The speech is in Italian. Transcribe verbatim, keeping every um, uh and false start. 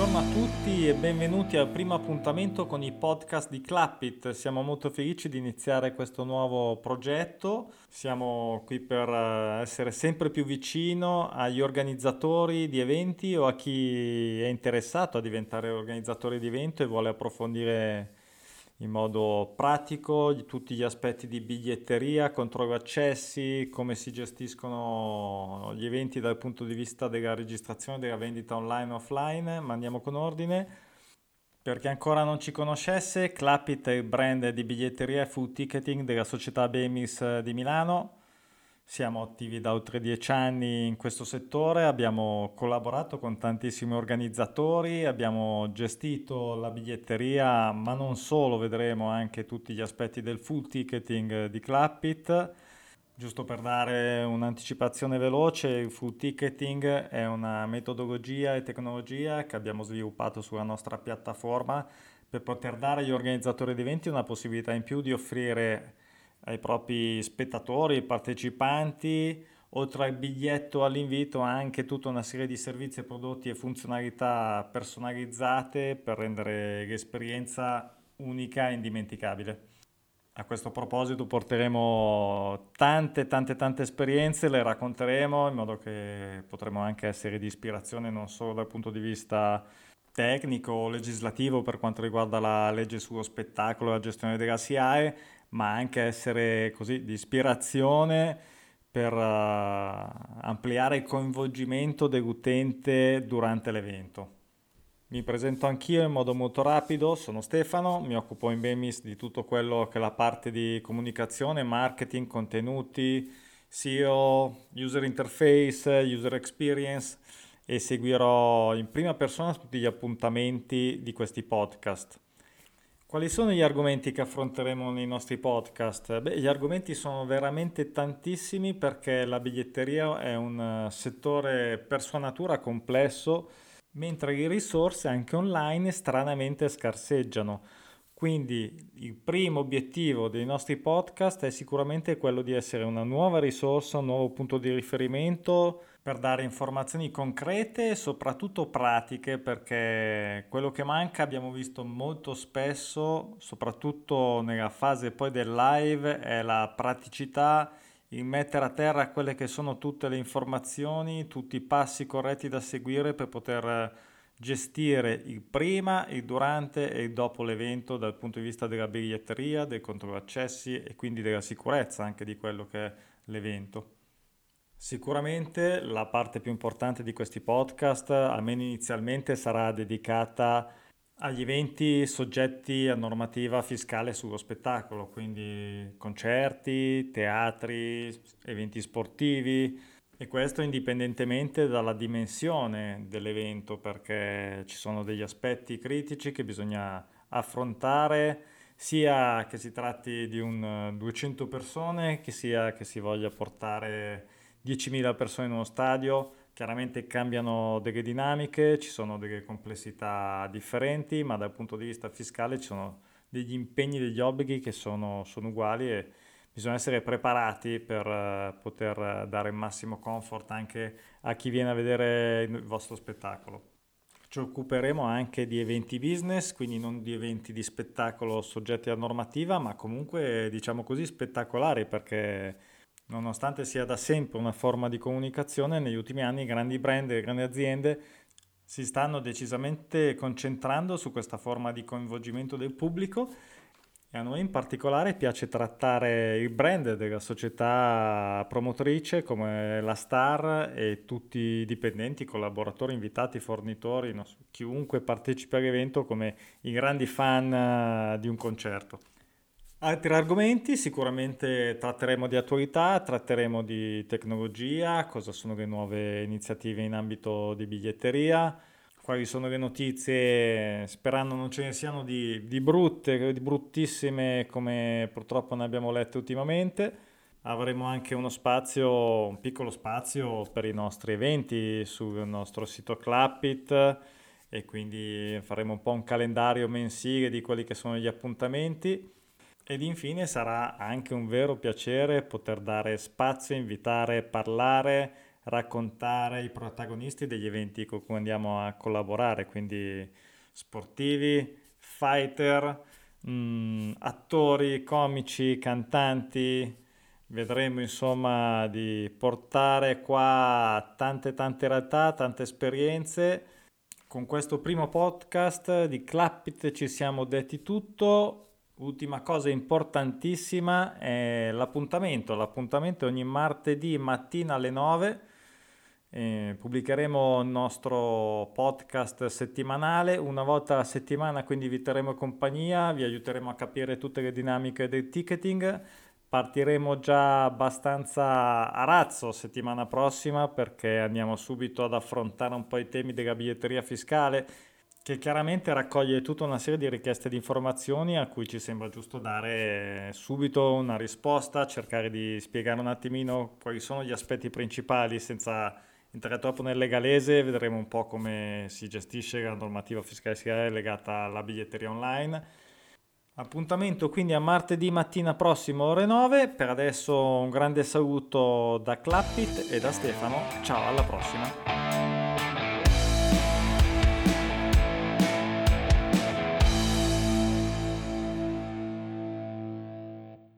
Buongiorno a tutti e benvenuti al primo appuntamento con i podcast di Clappit. Siamo molto felici di iniziare questo nuovo progetto. Siamo qui per eh, essere sempre più vicino agli organizzatori di eventi o a chi è interessato a diventare organizzatore di evento e vuole approfondire in modo pratico di tutti gli aspetti di biglietteria, controllo accessi, come si gestiscono gli eventi dal punto di vista della registrazione, della vendita online e offline. Ma andiamo con ordine. Per chi ancora non ci conoscesse, Clappit è il brand di biglietteria e food ticketing della società Bemis di Milano. Siamo attivi da oltre dieci anni in questo settore, abbiamo collaborato con tantissimi organizzatori, abbiamo gestito la biglietteria, ma non solo, vedremo anche tutti gli aspetti del full ticketing di Clappit. Giusto per dare un'anticipazione veloce, il full ticketing è una metodologia e tecnologia che abbiamo sviluppato sulla nostra piattaforma per poter dare agli organizzatori di eventi una possibilità in più di offrire ai propri spettatori, partecipanti, oltre al biglietto all'invito, anche tutta una serie di servizi, prodotti e funzionalità personalizzate per rendere l'esperienza unica e indimenticabile. A questo proposito porteremo tante, tante, tante esperienze, le racconteremo in modo che potremo anche essere di ispirazione non solo dal punto di vista tecnico o legislativo per quanto riguarda la legge sullo spettacolo e la gestione della S I A E, ma anche essere così di ispirazione per eh, ampliare il coinvolgimento dell'utente durante l'evento. Mi presento anch'io in modo molto rapido, sono Stefano, mi occupo in Bemis di tutto quello che è la parte di comunicazione, marketing, contenuti, S E O, user interface, user experience e seguirò in prima persona tutti gli appuntamenti di questi podcast. Quali sono gli argomenti che affronteremo nei nostri podcast? Beh, gli argomenti sono veramente tantissimi perché la biglietteria è un eh, settore per sua natura complesso, mentre le risorse anche online stranamente scarseggiano. Quindi il primo obiettivo dei nostri podcast è sicuramente quello di essere una nuova risorsa, un nuovo punto di riferimento per dare informazioni concrete e soprattutto pratiche, perché quello che manca abbiamo visto molto spesso, soprattutto nella fase poi del live, è la praticità, il mettere a terra quelle che sono tutte le informazioni, tutti i passi corretti da seguire per poter gestire il prima, il durante e il dopo l'evento dal punto di vista della biglietteria, del controllo accessi e quindi della sicurezza anche di quello che è l'evento. Sicuramente la parte più importante di questi podcast, almeno inizialmente, sarà dedicata agli eventi soggetti a normativa fiscale sullo spettacolo, quindi concerti, teatri, eventi sportivi, e questo indipendentemente dalla dimensione dell'evento, perché ci sono degli aspetti critici che bisogna affrontare, sia che si tratti di un eh, duecento persone, che sia che si voglia portare diecimila persone in uno stadio. Chiaramente cambiano delle dinamiche, ci sono delle complessità differenti, ma dal punto di vista fiscale ci sono degli impegni, degli obblighi che sono, sono uguali e bisogna essere preparati per eh, poter eh, dare il massimo comfort anche a chi viene a vedere il vostro spettacolo. Ci occuperemo anche di eventi business, quindi non di eventi di spettacolo soggetti a normativa, ma comunque diciamo così spettacolari, perché nonostante sia da sempre una forma di comunicazione, negli ultimi anni i grandi brand e le grandi aziende si stanno decisamente concentrando su questa forma di coinvolgimento del pubblico e a noi in particolare piace trattare il brand della società promotrice come la Star e tutti i dipendenti, collaboratori, invitati, fornitori, non so, chiunque partecipi all'evento come i grandi fan eh, di un concerto. Altri argomenti, sicuramente tratteremo di attualità, tratteremo di tecnologia, cosa sono le nuove iniziative in ambito di biglietteria, quali sono le notizie, sperando non ce ne siano di, di brutte, di bruttissime come purtroppo ne abbiamo lette ultimamente. Avremo anche uno spazio, un piccolo spazio per i nostri eventi sul nostro sito Clappit e quindi faremo un po' un calendario mensile di quelli che sono gli appuntamenti. Ed infine sarà anche un vero piacere poter dare spazio, invitare, parlare, raccontare i protagonisti degli eventi con cui andiamo a collaborare, quindi sportivi, fighter, mh, attori, comici, cantanti. Vedremo insomma di portare qua tante tante realtà, tante esperienze. Con questo primo podcast di Clappit ci siamo detti tutto. Ultima cosa importantissima è l'appuntamento. L'appuntamento è ogni martedì mattina alle nove. Eh, pubblicheremo il nostro podcast settimanale una volta alla settimana, quindi vi terremo compagnia, vi aiuteremo a capire tutte le dinamiche del ticketing. Partiremo già abbastanza a razzo settimana prossima perché andiamo subito ad affrontare un po' i temi della biglietteria fiscale, che chiaramente raccoglie tutta una serie di richieste di informazioni a cui ci sembra giusto dare subito una risposta, cercare di spiegare un attimino quali sono gli aspetti principali senza entrare troppo nel legalese. Vedremo un po' come si gestisce la normativa fiscale legata alla biglietteria online. Appuntamento quindi a martedì mattina prossimo ore nove. Per adesso un grande saluto da Clappit e da Stefano. Ciao, alla prossima.